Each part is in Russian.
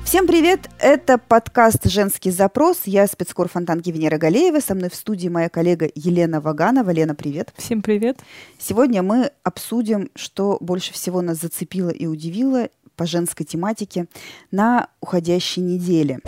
Всем привет! Это подкаст «Женский запрос». Я спецкор Фонтанки Венера Галеева. Со мной в студии моя коллега Елена Ваганова. Лена, привет! Всем привет! Сегодня мы обсудим, что больше всего нас зацепило и удивило по женской тематике на уходящей неделе.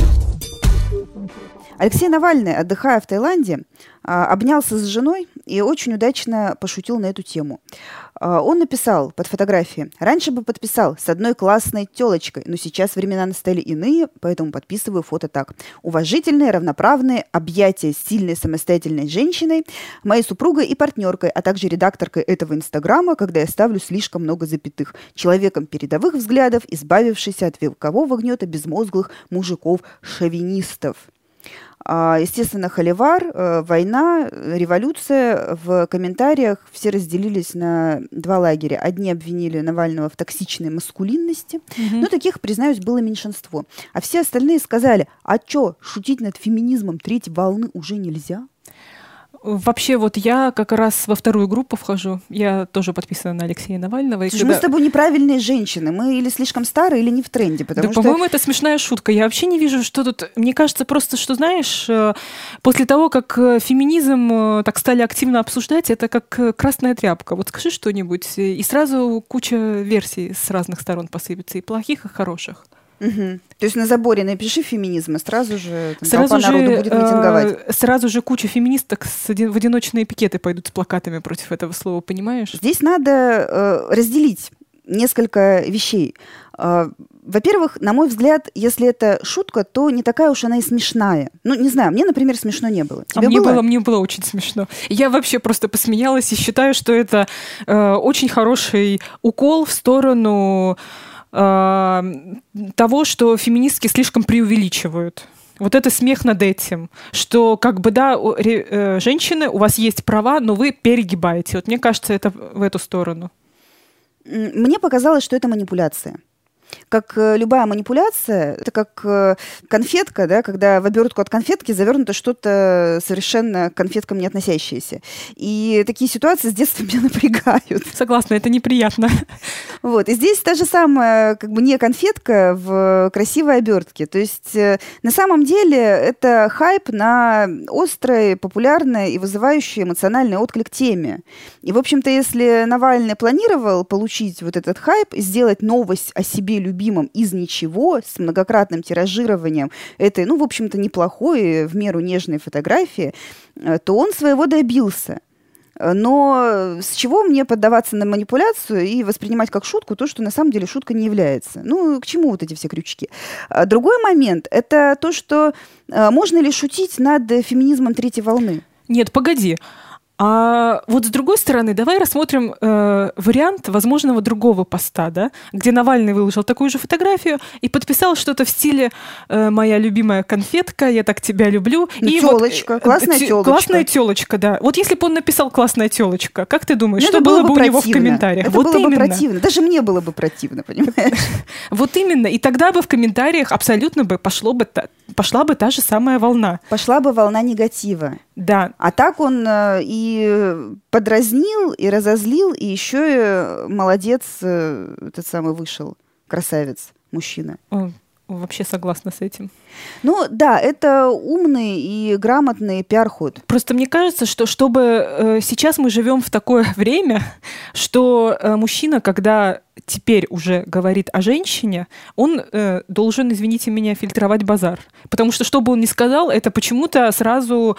Алексей Навальный, отдыхая в Таиланде, обнялся с женой и очень удачно пошутил на эту тему. Он написал под фотографией: «Раньше бы подписал с одной классной тёлочкой, но сейчас времена настали иные, поэтому подписываю фото так. Уважительные, равноправные объятия с сильной самостоятельной женщиной, моей супругой и партнеркой, а также редакторкой этого инстаграма, когда я ставлю слишком много запятых. Человеком передовых взглядов, избавившийся от векового гнета безмозглых мужиков-шовинистов». Естественно, холивар, война, революция. В комментариях все разделились на два лагеря. Одни обвинили Навального в токсичной маскулинности, но таких, признаюсь, было меньшинство. А все остальные сказали: а чё, шутить над феминизмом третьей волны уже нельзя? Вообще, вот я как раз во вторую группу вхожу. Я тоже подписана на Алексея Навального. Слушай, мы с тобой неправильные женщины. Мы или слишком старые, или не в тренде. Да, по-моему, это смешная шутка. Я вообще не вижу, что тут... Мне кажется просто, что, знаешь, после того, как феминизм так стали активно обсуждать, это как красная тряпка. Вот скажи что-нибудь, и сразу куча версий с разных сторон посыпется. И плохих, и хороших. Угу. То есть на заборе напиши феминизм, и сразу же толпа народу будет митинговать. Сразу же куча феминисток в одиночные пикеты пойдут с плакатами против этого слова, понимаешь? Здесь надо разделить несколько вещей. Во-первых, на мой взгляд, если это шутка, то не такая уж она и смешная. Ну, не знаю, мне, например, смешно не было. Тебе было? Мне было очень смешно. Я вообще просто посмеялась и считаю, что это очень хороший укол в сторону того, что феминистки слишком преувеличивают. Вот это смех над этим, что как бы, да, женщины, у вас есть права, но вы перегибаете. Вот мне кажется, это в эту сторону. Мне показалось, что это манипуляция. Как любая манипуляция, это как конфетка, да, когда в обертку от конфетки завернуто что-то совершенно к конфеткам не относящееся. И такие ситуации с детства меня напрягают. Согласна, это неприятно. Вот. И здесь та же самая, как бы, не конфетка в красивой обертке. То есть на самом деле это хайп на острой, популярной и вызывающей эмоциональный отклик теме. И, в общем-то, если Навальный планировал получить вот этот хайп и сделать новость о себе любимом из ничего, с многократным тиражированием этой, ну, в общем-то, неплохой, в меру нежной фотографии, то он своего добился. Но с чего мне поддаваться на манипуляцию и воспринимать как шутку то, что на самом деле шутка не является? Ну, к чему вот эти все крючки? Другой момент – это то, что можно ли шутить над феминизмом третьей волны? Нет, погоди. А вот с другой стороны, давай рассмотрим вариант возможного другого поста, да, где Навальный выложил такую же фотографию и подписал что-то в стиле «Моя любимая конфетка, я так тебя люблю». И тёлочка, вот, классная тёлочка. Классная тёлочка, да. Вот если бы он написал «классная тёлочка», как ты думаешь, что было бы у него в комментариях? Это было бы противно. Даже мне было бы противно, понимаешь? Вот именно. И тогда бы в комментариях абсолютно бы пошла бы та же самая волна. Пошла бы волна негатива. Да. А так он и подразнил, и разозлил, и еще и молодец этот самый вышел, красавец, мужчина. Вообще согласна с этим. Ну да, это умный и грамотный пиар-ход. Просто мне кажется, что чтобы сейчас мы живем в такое время, что мужчина, когда теперь уже говорит о женщине, он должен, извините меня, фильтровать базар. Потому что, что бы он ни сказал, это почему-то сразу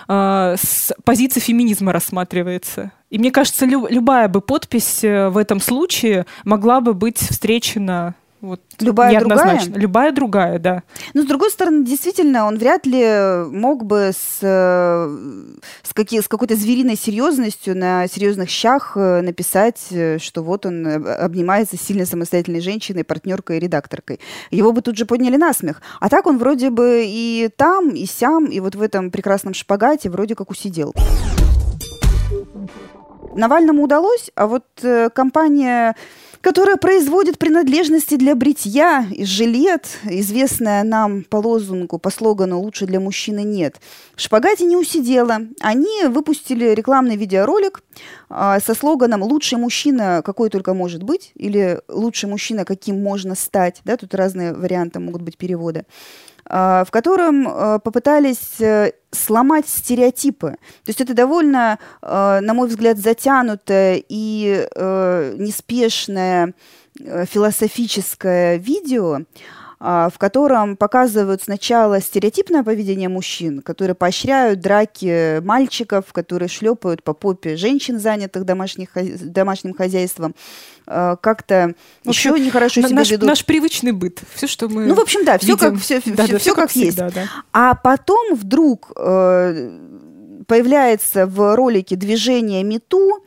с позиции феминизма рассматривается. И мне кажется, любая бы подпись в этом случае могла бы быть встречена... Вот, любая другая? Любая другая, да. Но, с другой стороны, действительно, он вряд ли мог бы с какой-то звериной серьезностью на серьезных щах написать, что вот он обнимается с сильной самостоятельной женщиной, партнеркой и редакторкой. Его бы тут же подняли на смех. А так он вроде бы и там, и сям, и вот в этом прекрасном шпагате вроде как усидел. Навальному удалось, а вот компания, которая производит принадлежности для бритья и жилет, известная нам по лозунгу, по слогану «Лучше для мужчины нет», в шпагате не усидела. Они выпустили рекламный видеоролик со слоганом «Лучший мужчина, какой только может быть», или «Лучший мужчина, каким можно стать». Да, тут разные варианты могут быть перевода. В котором попытались сломать стереотипы. То есть это довольно, на мой взгляд, затянутое и неспешное философическое видео, в котором показывают сначала стереотипное поведение мужчин, которые поощряют драки мальчиков, которые шлепают по попе женщин, занятых домашним хозяйством, как-то еще нехорошо себя ведут. Наш привычный быт. Все, что мы Ну, в общем, да, все видим. все как есть. Всегда, да. А потом вдруг появляется в ролике движение #MeToo,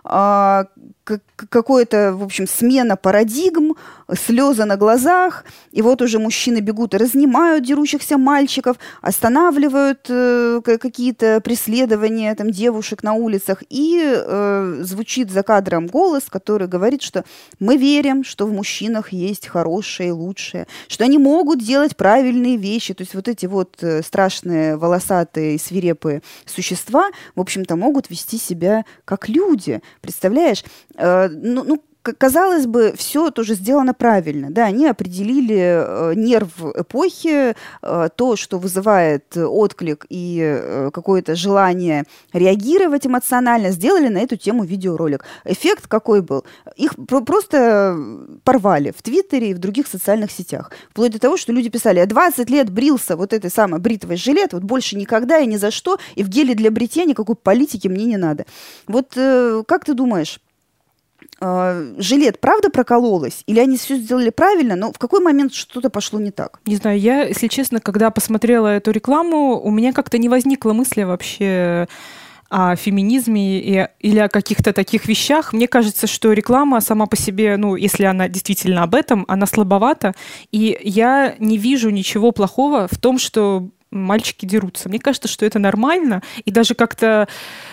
какое-то, в общем, смена парадигм, слезы на глазах, и вот уже мужчины бегут и разнимают дерущихся мальчиков, останавливают какие-то преследования там, девушек на улицах, и звучит за кадром голос, который говорит, что мы верим, что в мужчинах есть хорошее и лучшее, что они могут делать правильные вещи, то есть вот эти вот страшные волосатые свирепые существа, в общем-то, могут вести себя как люди, представляешь? Казалось бы, все тоже сделано правильно. Да, они определили нерв эпохи, то, что вызывает отклик и какое-то желание реагировать эмоционально, сделали на эту тему видеоролик. Эффект какой был? Их просто порвали в Твиттере и в других социальных сетях. Вплоть до того, что люди писали: я 20 лет брился вот этой самой бритвой жилет, вот больше никогда и ни за что, и в геле для бритья никакой политики мне не надо. Вот как ты думаешь, жилет правда прокололась? Или они все сделали правильно, но в какой момент что-то пошло не так? Не знаю, я, если честно, когда посмотрела эту рекламу, у меня как-то не возникла мысли вообще о феминизме или о каких-то таких вещах. Мне кажется, что реклама сама по себе, ну, если она действительно об этом, она слабовата, и я не вижу ничего плохого в том, что мальчики дерутся. Мне кажется, что это нормально, и даже как-то...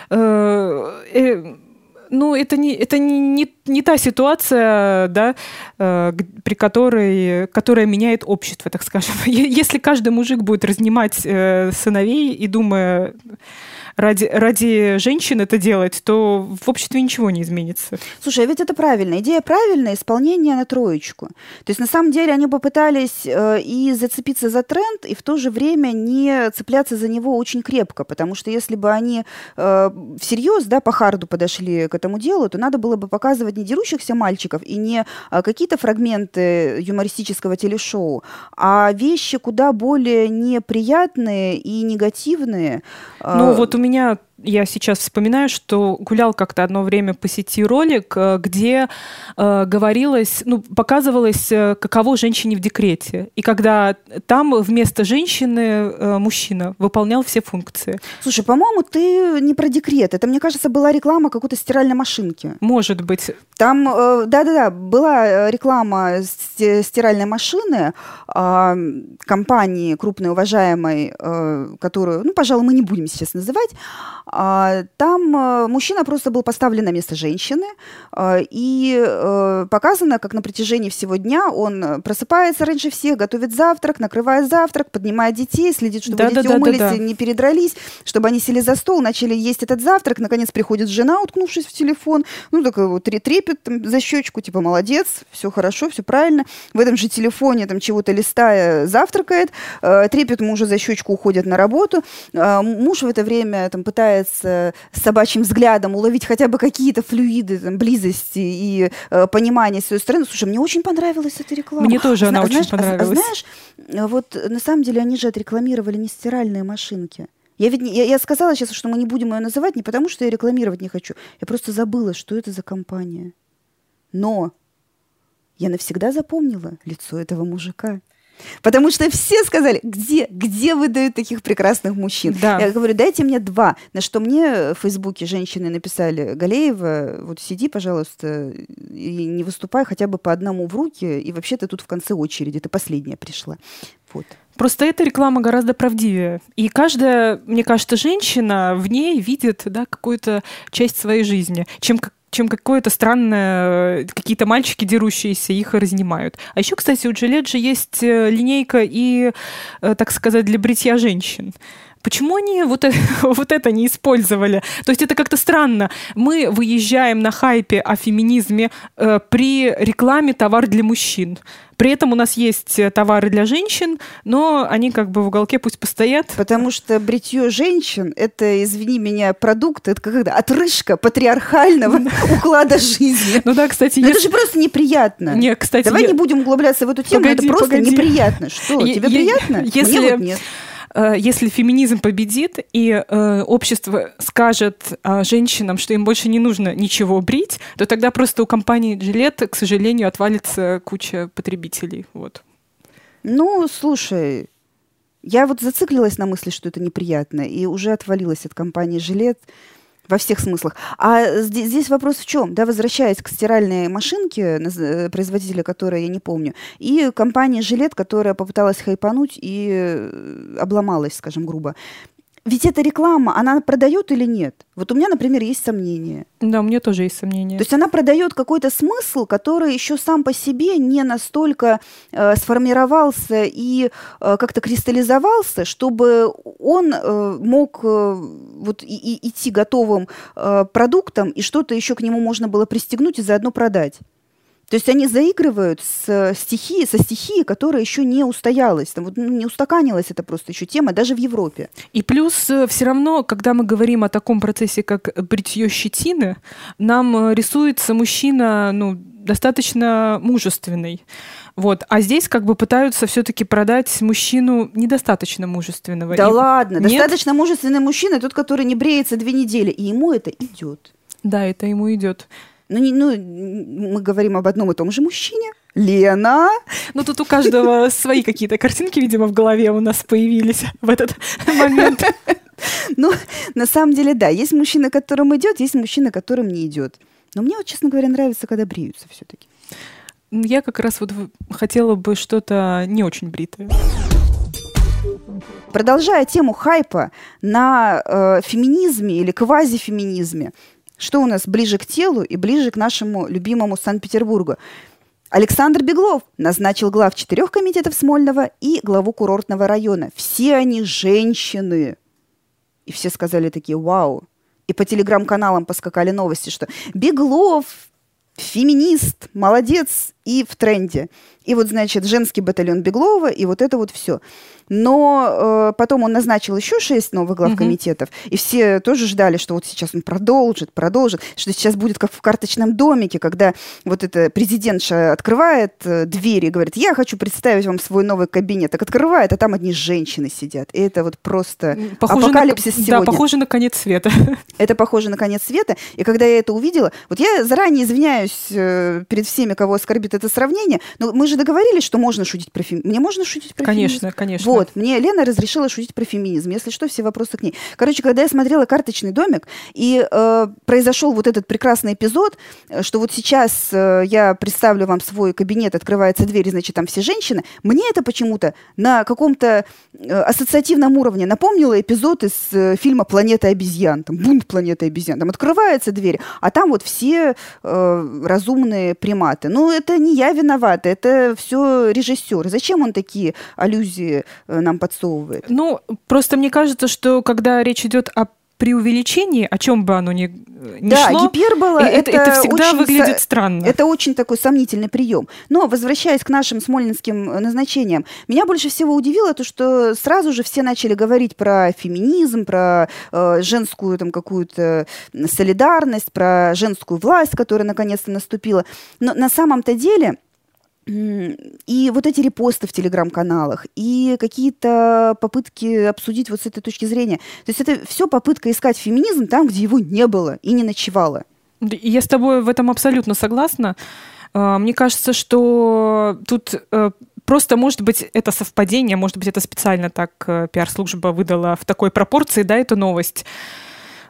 Ну, это не та ситуация, да, при которая меняет общество, так скажем. Если каждый мужик будет разнимать сыновей и думая ради женщин это делать, то в обществе ничего не изменится. Слушай, а ведь это правильно. Идея правильная, исполнение на троечку. То есть на самом деле они попытались и зацепиться за тренд, и в то же время не цепляться за него очень крепко, потому что если бы они всерьез, да, по харду подошли к этому делу, то надо было бы показывать не дерущихся мальчиков и не какие-то фрагменты юмористического телешоу, а вещи куда более неприятные и негативные. Ну вот я сейчас вспоминаю, что гулял как-то одно время по сети ролик, где показывалось, каково женщине в декрете. И когда там вместо женщины мужчина выполнял все функции. Слушай, по-моему, ты не про декрет. Это, мне кажется, была реклама какой-то стиральной машинки. Может быть. Там, да-да-да, была реклама стиральной машины компании крупной, уважаемой, которую, ну, пожалуй, мы не будем сейчас называть. Там мужчина просто был поставлен на место женщины, и показано, как на протяжении всего дня он просыпается раньше всех, готовит завтрак, накрывает завтрак, поднимает детей, следит, чтобы дети умылись, не передрались, чтобы они сели за стол, начали есть этот завтрак, наконец приходит жена, уткнувшись в телефон, ну, такой вот трепет там, за щечку, типа, молодец, все хорошо, все правильно. В этом же телефоне, там, чего-то листая, завтракает, трепет мужа за щечку, уходит на работу, муж в это время там пытается с собачьим взглядом уловить хотя бы какие-то флюиды там, близости и понимания с своей стороны. Слушай, мне очень понравилась эта реклама. Мне тоже она очень понравилась. Знаешь, вот на самом деле они же отрекламировали не стиральные машинки. Я сказала сейчас, что мы не будем ее называть не потому, что я рекламировать не хочу. Я просто забыла, что это за компания. Но я навсегда запомнила лицо этого мужика. Потому что все сказали, где выдают таких прекрасных мужчин? Да. Я говорю, дайте мне 2. На что мне в Фейсбуке женщины написали: Галеева, вот сиди, пожалуйста, и не выступай хотя бы по одному в руки, и вообще ты тут в конце очереди, ты последняя пришла. Вот. Просто эта реклама гораздо правдивее. И каждая, мне кажется, женщина в ней видит, да, какую-то часть своей жизни, чем какое-то странное, какие-то мальчики дерущиеся, их разнимают. А еще, кстати, у Gillette же есть линейка и, так сказать, для бритья женщин. Почему они вот это не использовали? То есть это как-то странно. Мы выезжаем на хайпе о феминизме при рекламе «Товар для мужчин». При этом у нас есть товары для женщин, но они как бы в уголке пусть постоят. Потому что бритье женщин – это, извини меня, продукт, это как отрыжка патриархального уклада жизни. Ну да, кстати. Это же просто неприятно. Не, кстати, давай не будем углубляться в эту тему, это просто неприятно. Что, тебе приятно? Мне вот нет. Если феминизм победит, и общество скажет женщинам, что им больше не нужно ничего брить, то тогда просто у компании Gillette, к сожалению, отвалится куча потребителей. Вот. Ну, слушай, я вот зациклилась на мысли, что это неприятно, и уже отвалилась от компании Gillette во всех смыслах. А здесь вопрос в чем? Да, возвращаясь к стиральной машинке, производителя которой я не помню, и компании Gillette, которая попыталась хайпануть и обломалась, скажем грубо. Ведь эта реклама, она продает или нет? Вот у меня, например, есть сомнения. Да, у меня тоже есть сомнения. То есть она продает какой-то смысл, который еще сам по себе не настолько сформировался и как-то кристаллизовался, чтобы он мог вот идти готовым продуктом, и что-то еще к нему можно было пристегнуть и заодно продать. То есть они заигрывают со стихией, которая еще не устоялась. Там вот, не устаканилась это просто еще тема, даже в Европе. И плюс все равно, когда мы говорим о таком процессе, как бритье щетины, нам рисуется мужчина, достаточно мужественный. Вот. А здесь как бы пытаются все-таки продать мужчину недостаточно мужественного. Да ладно, нет? Достаточно мужественный мужчина, тот, который не бреется 2 недели, и ему это идет. Да, это ему идет. Мы говорим об одном и том же мужчине. Лена! Тут у каждого свои какие-то картинки, видимо, в голове у нас появились в этот момент. На самом деле, да, есть мужчина, которым идет, есть мужчина, которым не идет. Но мне, вот, честно говоря, нравится, когда бреются все-таки. Я как раз вот хотела бы что-то не очень бритое. Продолжая тему хайпа на феминизме или квазифеминизме, что у нас ближе к телу и ближе к нашему любимому Санкт-Петербургу? Александр Беглов назначил глав 4 комитетов Смольного и главу курортного района. Все они женщины. И все сказали такие: вау. И по телеграм-каналам поскакали новости, что Беглов феминист, молодец и в тренде. И вот, значит, женский батальон Беглова, и вот это вот все. Но потом он назначил еще 6 новых главкомитетов, и все тоже ждали, что вот сейчас он продолжит, что сейчас будет как в карточном домике, когда вот эта президентша открывает двери и говорит: я хочу представить вам свой новый кабинет. Так открывает, а там одни женщины сидят. И это вот просто апокалипсис сегодня. Да, похоже на конец света. Это похоже на конец света. И когда я это увидела, вот я заранее извиняюсь перед всеми, кого оскорбит это сравнение, но мы же договорились, что можно шутить про феминизм. Мне можно шутить про феминизм? Конечно. Вот, мне Лена разрешила шутить про феминизм. Если что, все вопросы к ней. Короче, когда я смотрела «Карточный домик», и произошел вот этот прекрасный эпизод, что вот сейчас я представлю вам свой кабинет, открывается дверь, и, значит, там все женщины, мне это почему-то на каком-то ассоциативном уровне напомнило эпизод из фильма «Планета обезьян», там «Бунт планеты обезьян». Там открывается дверь, а там вот все разумные приматы. Ну, это не я виновата, это все режиссер. Зачем он такие аллюзии нам подсовывает? Просто мне кажется, что когда речь идет о преувеличении, о чем бы оно ни шло, гипербола, это всегда выглядит странно. Это очень такой сомнительный прием. Но, возвращаясь к нашим смольнинским назначениям, меня больше всего удивило то, что сразу же все начали говорить про феминизм, про женскую там какую-то солидарность, про женскую власть, которая наконец-то наступила. Но на самом-то деле... И вот эти репосты в телеграм-каналах, и какие-то попытки обсудить вот с этой точки зрения. То есть это все попытка искать феминизм там, где его не было и не ночевало. Я с тобой в этом абсолютно согласна. Мне кажется, что тут просто, может быть, это совпадение, может быть, это специально так пиар-служба выдала в такой пропорции, да, эту новость.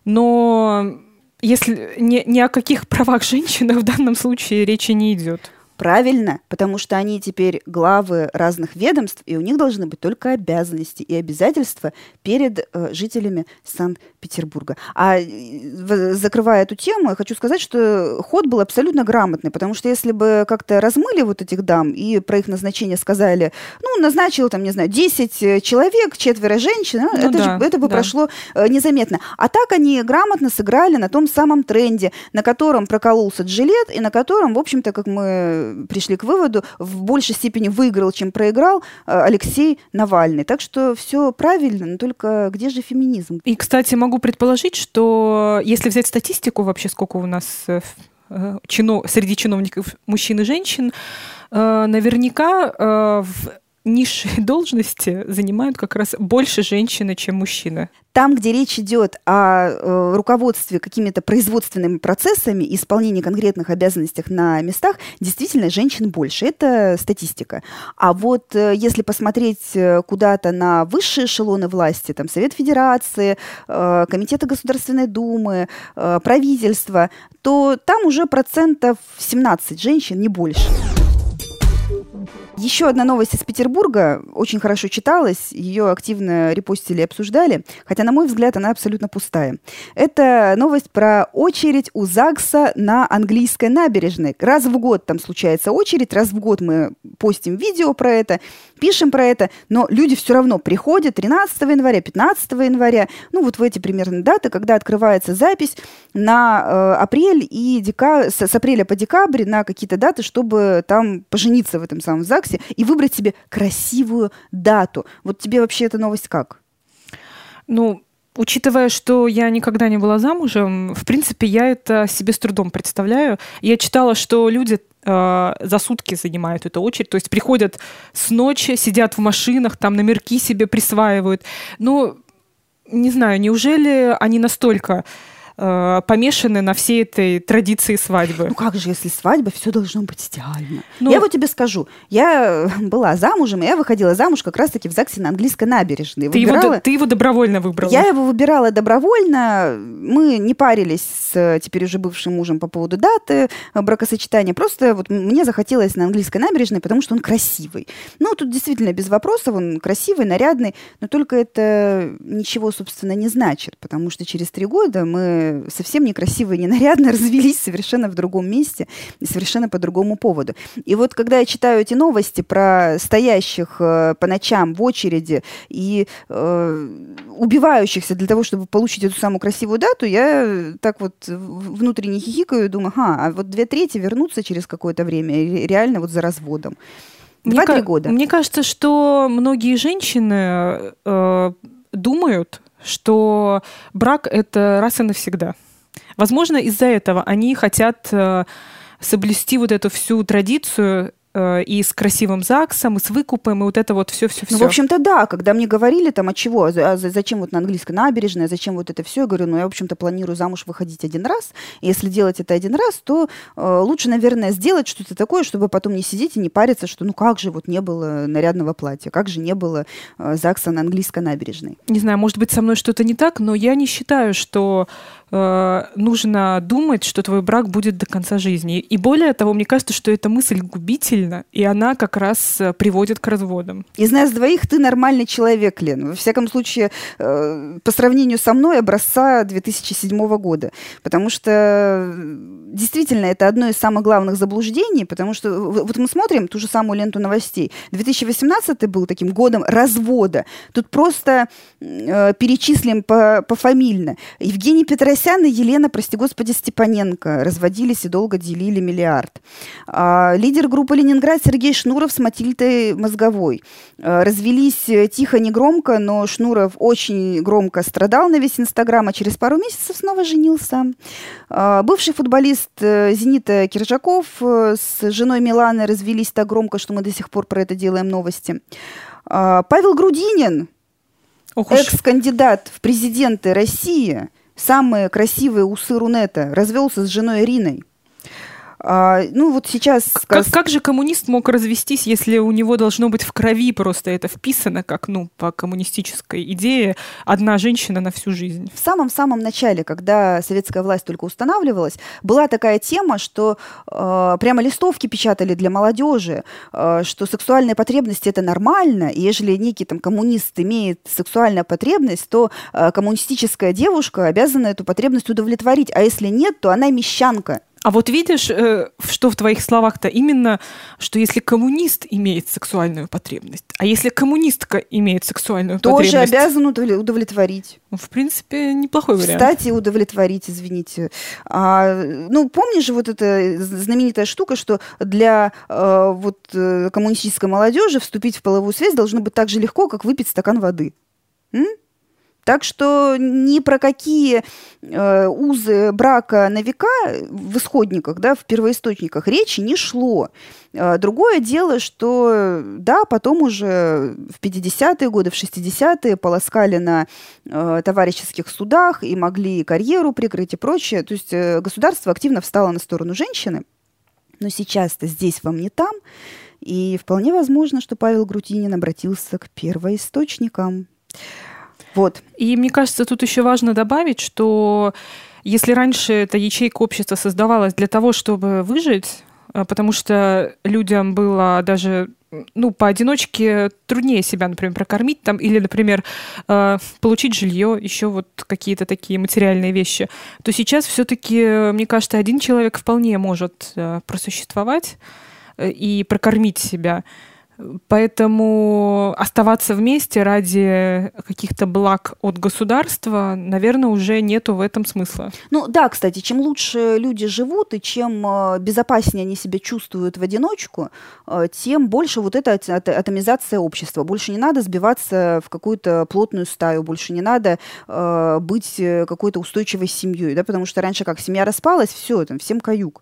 Но если ни о каких правах женщины в данном случае речи не идет. Правильно, потому что они теперь главы разных ведомств, и у них должны быть только обязанности и обязательства перед жителями Санкт-Петербурга. Закрывая эту тему, я хочу сказать, что ход был абсолютно грамотный, потому что если бы как-то размыли вот этих дам и про их назначение сказали, назначил там, не знаю, 10 человек, 4 женщин, это бы прошло незаметно. А так они грамотно сыграли на том самом тренде, на котором прокололся Джилет и на котором, в общем-то, как мы пришли к выводу, в большей степени выиграл, чем проиграл Алексей Навальный. Так что все правильно, но только где же феминизм? И, кстати, могу предположить, что если взять статистику вообще, сколько у нас среди чиновников мужчин и женщин, наверняка в низшие должности занимают как раз больше женщины, чем мужчины. Там, где речь идет о руководстве какими-то производственными процессами и исполнении конкретных обязанностей на местах, действительно женщин больше. Это статистика. А вот если посмотреть куда-то на высшие эшелоны власти, там Совет Федерации, Комитеты Государственной Думы, правительство, то там уже 17% женщин, не больше. Еще одна новость из Петербурга очень хорошо читалась, ее активно репостили и обсуждали, хотя, на мой взгляд, она абсолютно пустая. Это новость про очередь у ЗАГСа на Английской набережной. Раз в год там случается очередь, раз в год мы постим видео про это, пишем про это, но люди все равно приходят 13 января, 15 января, вот в эти примерно даты, когда открывается запись на апрель и с апреля по декабрь на какие-то даты, чтобы там пожениться в этом самом ЗАГСе и выбрать себе красивую дату. Вот тебе вообще эта новость как? Учитывая, что я никогда не была замужем, в принципе, я это себе с трудом представляю. Я читала, что люди за сутки занимают эту очередь, то есть приходят с ночи, сидят в машинах, там номерки себе присваивают. Не знаю, неужели они настолько помешаны на всей этой традиции свадьбы? Как же, если свадьба, все должно быть идеально. Я вот тебе скажу, я была замужем, и я выходила замуж как раз-таки в ЗАГСе на Английской набережной. Ты его добровольно выбрала? Я его выбирала добровольно. Мы не парились с теперь уже бывшим мужем по поводу даты бракосочетания. Просто вот мне захотелось на Английской набережной, потому что он красивый. Тут действительно без вопросов, он красивый, нарядный, но только это ничего, собственно, не значит, потому что через 3 года мы совсем некрасивые, ненарядно развелись совершенно в другом месте и совершенно по другому поводу. И вот когда я читаю эти новости про стоящих по ночам в очереди и убивающихся для того, чтобы получить эту самую красивую дату, я так вот внутренне хихикаю и думаю, а вот 2/3 вернутся через какое-то время реально вот за разводом. 2-3 года. Мне кажется, что многие женщины думают, что брак — это раз и навсегда. Возможно, из-за этого они хотят соблюсти вот эту всю традицию и с красивым ЗАГСом, и с выкупом, и вот это вот все. В общем-то, да. Когда мне говорили, а чего, зачем вот на Английской набережной, зачем вот это все, я говорю, я, в общем-то, планирую замуж выходить 1 раз, и если делать это 1 раз, то лучше, наверное, сделать что-то такое, чтобы потом не сидеть и не париться, что как же вот не было нарядного платья, как же не было ЗАГСа на Английской набережной. Не знаю, может быть, со мной что-то не так, но я не считаю, что нужно думать, что твой брак будет до конца жизни. И более того, мне кажется, что эта мысль губительна, и она как раз приводит к разводам. Из нас двоих ты нормальный человек, Лен. Во всяком случае, по сравнению со мной, образца 2007 года. Потому что действительно это одно из самых главных заблуждений, потому что вот мы смотрим ту же самую ленту новостей. 2018 был таким годом развода. Тут просто перечислим пофамильно. Евгений Петросян и Елена, прости господи, Степаненко разводились и долго делили миллиард. Лидер группы «Ленинград» Сергей Шнуров с Матильдой Мозговой развелись тихо, негромко, но Шнуров очень громко страдал на весь Инстаграм, а через пару месяцев снова женился. Бывший футболист «Зенита» Киржаков с женой Миланы развелись так громко, что мы до сих пор про это делаем новости. Павел Грудинин, экс-кандидат в президенты России, самые красивые усы Рунета, развелся с женой Ириной. Ну, вот сейчас... Как же коммунист мог развестись, если у него должно быть в крови просто это вписано, как, по коммунистической идее, одна женщина на всю жизнь? В самом-самом начале, когда советская власть только устанавливалась, была такая тема, что прямо листовки печатали для молодежи, что сексуальные потребности — это нормально, и если некий там коммунист имеет сексуальную потребность, то коммунистическая девушка обязана эту потребность удовлетворить, а если нет, то она мещанка. А вот видишь, что в твоих словах-то именно, что если коммунист имеет сексуальную потребность, а если коммунистка имеет сексуальную потребность... Тоже обязан удовлетворить. В принципе, неплохой вариант. Кстати, удовлетворить, извините. Помнишь же вот эта знаменитая штука, что для коммунистической молодежи вступить в половую связь должно быть так же легко, как выпить стакан воды. Так что ни про какие узы брака на века в исходниках, в первоисточниках речи не шло. Другое дело, что, потом уже в 50-е годы, в 60-е полоскали на товарищеских судах и могли карьеру прикрыть и прочее. То есть государство активно встало на сторону женщины. Но сейчас-то здесь вам не там. И вполне возможно, что Павел Грутинин обратился к первоисточникам. Вот. И мне кажется, тут еще важно добавить, что если раньше эта ячейка общества создавалась для того, чтобы выжить, потому что людям было даже поодиночке труднее себя, например, прокормить там, или, например, получить жилье, еще вот какие-то такие материальные вещи, то сейчас все-таки, мне кажется, один человек вполне может просуществовать и прокормить себя. Поэтому оставаться вместе ради каких-то благ от государства, наверное, уже нету в этом смысла. Кстати, чем лучше люди живут и чем безопаснее они себя чувствуют в одиночку, тем больше вот эта атомизация общества. Больше не надо сбиваться в какую-то плотную стаю, больше не надо быть какой-то устойчивой семьей, потому что раньше как семья распалась, все, там всем каюк.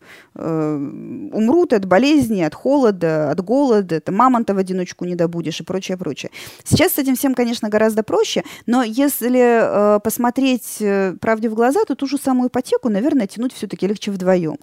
Умрут от болезни, от холода, от голода, мама в одиночку не добудешь и прочее, прочее. Сейчас с этим всем, конечно, гораздо проще, но если посмотреть правде в глаза, то ту же самую ипотеку, наверное, тянуть все-таки легче вдвоем.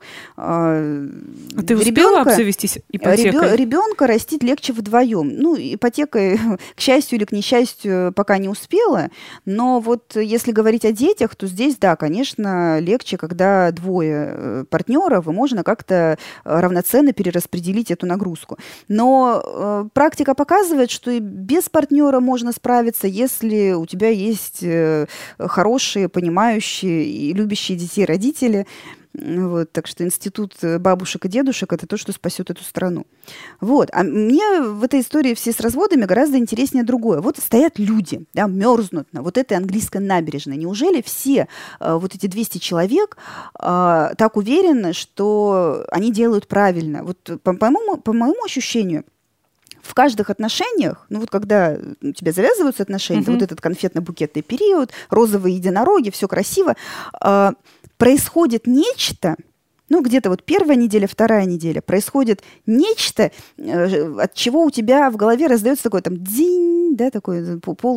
Ты успела обзавестись ипотекой? Ребенка растить легче вдвоем. Ипотекой, к счастью или к несчастью, пока не успела, но вот если говорить о детях, то здесь, конечно, легче, когда двое партнеров, и можно как-то равноценно перераспределить эту нагрузку. Но практика показывает, что и без партнера можно справиться, если у тебя есть хорошие, понимающие и любящие детей родители. Так что институт бабушек и дедушек — это то, что спасет эту страну. А мне в этой истории все с разводами гораздо интереснее другое. Вот стоят люди, мерзнут на вот этой английской набережной. Неужели все вот эти 200 человек так уверены, что они делают правильно? По моему ощущению, в каждых отношениях, когда у тебя завязываются отношения, вот этот конфетно-букетный период, розовые единороги, все красиво, происходит нечто, где-то первая неделя, вторая неделя, происходит нечто, от чего у тебя в голове раздается такой дзинь, такой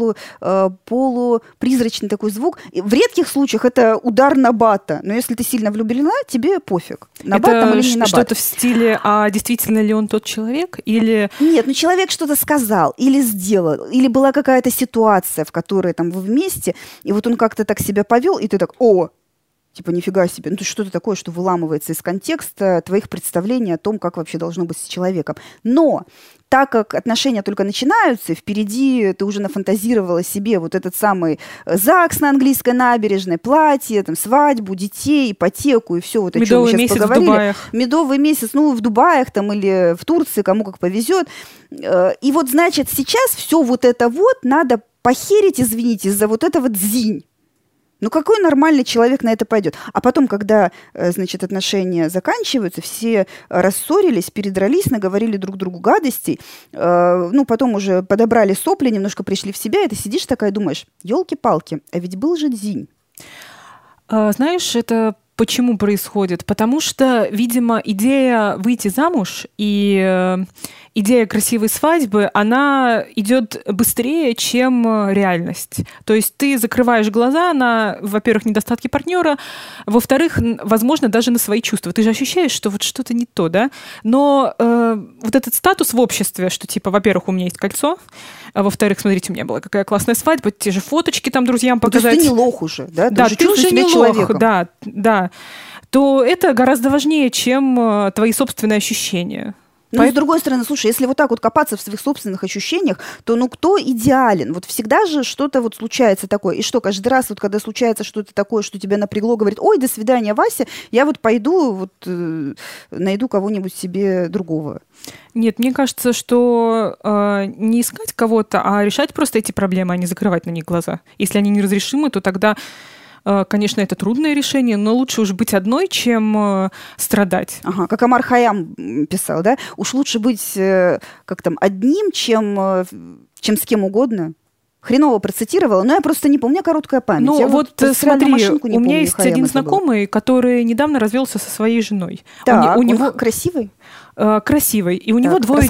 полупризрачный такой звук. И в редких случаях это удар на бата, но если ты сильно влюблена, тебе пофиг, на бат там или не на бат. Что-то в стиле, а действительно ли он тот человек? Или... Нет, человек что-то сказал или сделал, или была какая-то ситуация, в которой вы вместе, и он как-то так себя повел, и ты так, нифига себе. То есть что-то такое, что выламывается из контекста твоих представлений о том, как вообще должно быть с человеком. Но так как отношения только начинаются, и впереди ты уже нафантазировала себе вот этот самый ЗАГС на английской набережной, платье, свадьбу, детей, ипотеку и все, о чем мы сейчас поговорили. В Дубаях. Медовый месяц, в Дубаях или в Турции, кому как повезет. И значит, сейчас все это надо похерить, извините, из-за этого дзинь. Какой нормальный человек на это пойдет? А потом, когда, отношения заканчиваются, все рассорились, передрались, наговорили друг другу гадостей, потом уже подобрали сопли, немножко пришли в себя, и ты сидишь такая, думаешь, елки-палки, а ведь был же дзинь. Знаешь, это почему происходит? Потому что, видимо, идея выйти замуж и идея красивой свадьбы, она идет быстрее, чем реальность. То есть ты закрываешь глаза на, во-первых, недостатки партнера, во-вторых, возможно, даже на свои чувства. Ты же ощущаешь, что вот что-то не то, да? Но вот этот статус в обществе, что типа, во-первых, у меня есть кольцо, а во-вторых, смотрите, у меня была какая классная свадьба, те же фоточки там друзьям показать. То есть ты не лох уже, да? Да, ты уже не лох, да. То это гораздо важнее, чем твои собственные ощущения. Но, с другой стороны, слушай, если вот так вот копаться в своих собственных ощущениях, то ну кто идеален? Вот всегда же что-то вот случается такое. И что, каждый раз, вот когда случается что-то такое, что тебя напрягло, говорит: ой, до свидания, Вася, я вот пойду, вот найду кого-нибудь себе другого. Нет, мне кажется, что не искать кого-то, а решать просто эти проблемы, а не закрывать на них глаза. Если они неразрешимы, то тогда... Конечно, это трудное решение, но лучше уж быть одной, чем страдать. Ага, как Омар Хайям писал, да? Уж лучше быть как там одним, чем с кем угодно. Хреново процитировала, но я просто не помню, у меня короткая память. Ну я вот смотри, у меня есть один знакомый, который недавно развелся со своей женой. Да, у него красивый? Красивый. И у него двое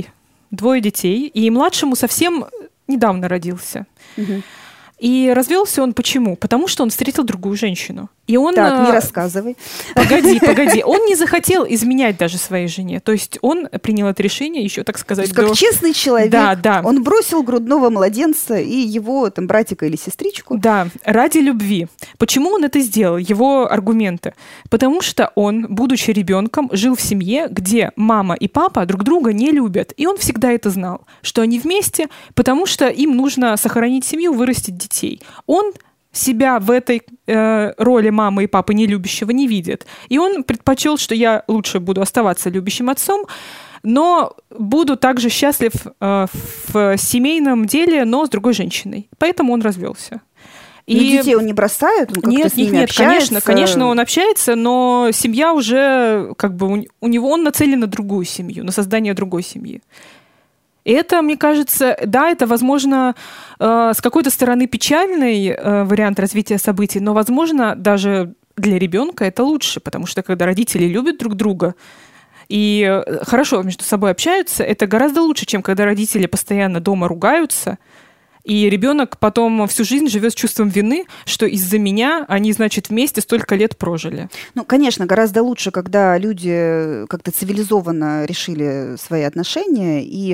детей. И младшему совсем недавно родился. Угу. И развелся он почему? Потому что он встретил другую женщину. И он... Так, не рассказывай. Погоди. Он не захотел изменять даже своей жене. То есть он принял это решение еще, так сказать... Как честный человек. Да. Он бросил грудного младенца и его там братика или сестричку. Да, ради любви. Почему он это сделал? Его аргументы. Потому что он, будучи ребенком, жил в семье, где мама и папа друг друга не любят. И он всегда это знал, что они вместе, потому что им нужно сохранить семью, вырастить детей. Он себя в этой роли мамы и папы нелюбящего не видит. И он предпочел, что я лучше буду оставаться любящим отцом, но буду также счастлив в семейном деле, но с другой женщиной. Поэтому он развелся. И детей он не бросает? Он как-то с ними общается? Конечно, он общается, но семья уже, как бы, у него он нацелен на другую семью, на создание другой семьи. И это, мне кажется, да, это, возможно, с какой-то стороны печальный вариант развития событий, но, возможно, даже для ребенка это лучше, потому что когда родители любят друг друга и хорошо между собой общаются, это гораздо лучше, чем когда родители постоянно дома ругаются, и ребенок потом всю жизнь живет с чувством вины, что из-за меня они, значит, вместе столько лет прожили. Ну, конечно, гораздо лучше, когда люди как-то цивилизованно решили свои отношения и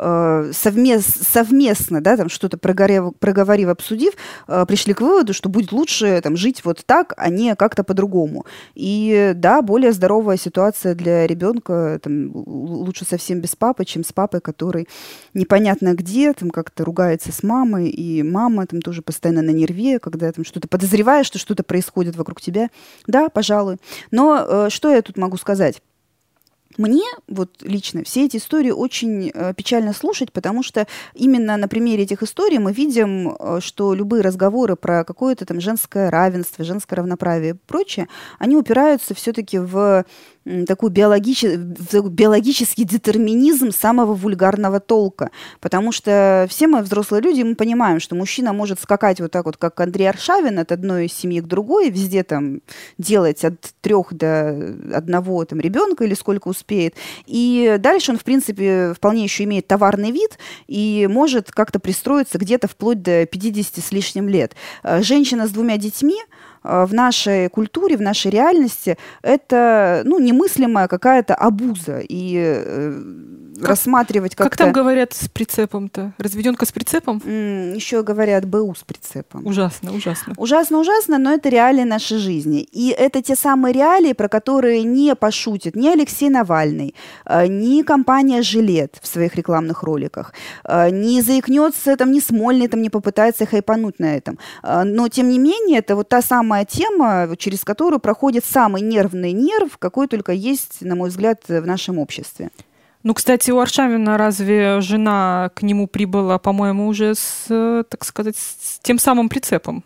совместно, да, там что-то проговорив, обсудив, пришли к выводу, что будет лучше там жить вот так, а не как-то по-другому. И да, более здоровая ситуация для ребенка, там, лучше совсем без папы, чем с папой, который непонятно где, там как-то ругается с мамой, и мама там тоже постоянно на нерве, когда там что-то подозреваешь, что что-то происходит вокруг тебя. Да, пожалуй. Но что я тут могу сказать? Мне вот лично все эти истории очень печально слушать, потому что именно на примере этих историй мы видим, что любые разговоры про какое-то там женское равенство, женское равноправие и прочее, они упираются все-таки в такой биологический детерминизм самого вульгарного толка. Потому что все мы взрослые люди, мы понимаем, что мужчина может скакать вот так вот, как Андрей Аршавин, от одной семьи к другой, везде там делать от 3 до 1 там, ребенка или сколько успеет. И дальше он, в принципе, вполне еще имеет товарный вид и может как-то пристроиться где-то вплоть до 50 с лишним лет. Женщина с 2 детьми в нашей культуре, в нашей реальности это немыслимая какая-то обуза. И рассматривать как-то... Как там говорят с прицепом-то? Разведенка с прицепом? Еще говорят БУ с прицепом. Ужасно. Ужасно, но это реалии нашей жизни. И это те самые реалии, про которые не пошутит ни Алексей Навальный, ни компания «Жилет» в своих рекламных роликах, не заикнется, там, ни Смольный там, не попытается хайпануть на этом. Но, тем не менее, это вот та самая тема, через которую проходит самый нервный нерв, какой только есть, на мой взгляд, в нашем обществе. Ну, кстати, у Аршавина разве жена к нему прибыла, по-моему, уже так сказать, с тем самым прицепом?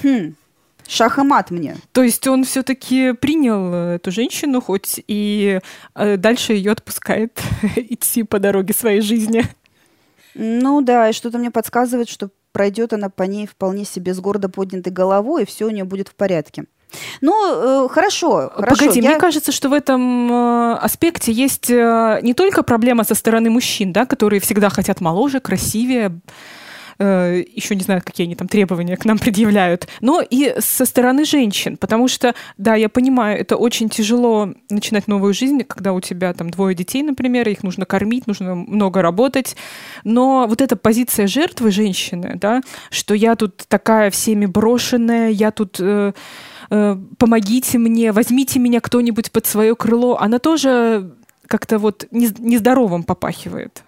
Шах и мат мне. То есть он все-таки принял эту женщину, хоть и дальше ее отпускает идти по дороге своей жизни. Ну да, и что-то мне подсказывает, что пройдет она по ней вполне себе с гордо поднятой головой, и все у нее будет в порядке. Ну, хорошо. Погоди, мне кажется, что в этом аспекте есть не только проблема со стороны мужчин, да, которые всегда хотят моложе, красивее, еще не знаю, какие они там требования к нам предъявляют, но и со стороны женщин, потому что, да, я понимаю, это очень тяжело начинать новую жизнь, когда у тебя там 2 детей, например, их нужно кормить, нужно много работать, но вот эта позиция жертвы женщины, да, что я тут такая всеми брошенная, я тут... помогите мне, возьмите меня кто-нибудь под свое крыло, она тоже как-то вот нездоровым попахивает.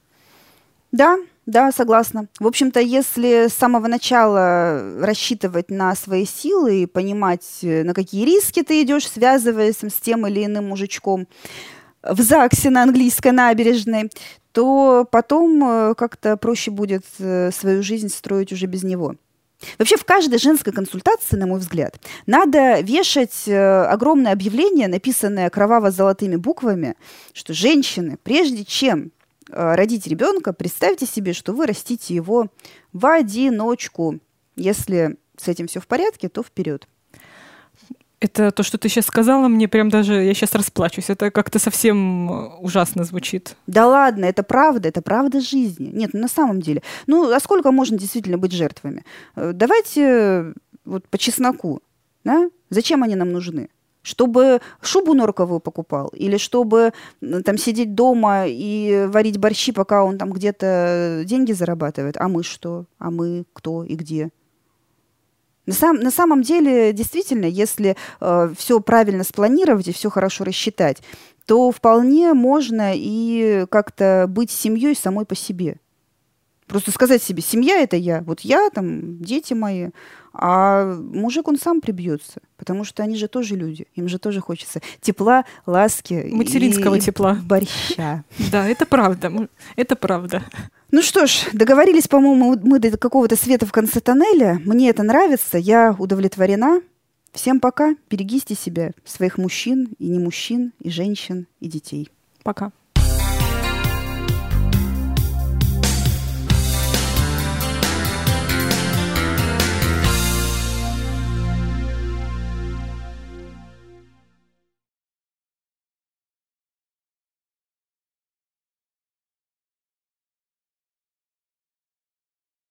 Да, согласна. В общем-то, если с самого начала рассчитывать на свои силы и понимать, на какие риски ты идешь, связываясь с тем или иным мужичком в ЗАГСе на английской набережной, то потом как-то проще будет свою жизнь строить уже без него. Вообще в каждой женской консультации, на мой взгляд, надо вешать огромное объявление, написанное кроваво-золотыми буквами, что женщины, прежде чем родить ребенка, представьте себе, что вы растите его в одиночку. Если с этим все в порядке, то вперед. Это то, что ты сейчас сказала, мне прям даже, я сейчас расплачусь. Это как-то совсем ужасно звучит. Да ладно, это правда жизни. Нет, ну на самом деле. Ну, а сколько можно действительно быть жертвами? Давайте вот по чесноку. Да? Зачем они нам нужны? Чтобы шубу норковую покупал? Или чтобы там сидеть дома и варить борщи, пока он там где-то деньги зарабатывает? А мы что? А мы кто и где? На самом деле, действительно, если все правильно спланировать и все хорошо рассчитать, то вполне можно и как-то быть семьей самой по себе. Просто сказать себе, семья – это я, вот я, там, дети мои, а мужик, он сам прибьется, потому что они же тоже люди, им же тоже хочется тепла, ласки материнского тепла, борща. Да, это правда, это правда. Ну что ж, договорились, по-моему, мы до какого-то света в конце тоннеля. Мне это нравится, я удовлетворена. Всем пока, берегите себя, своих мужчин и не мужчин, и женщин, и детей. Пока.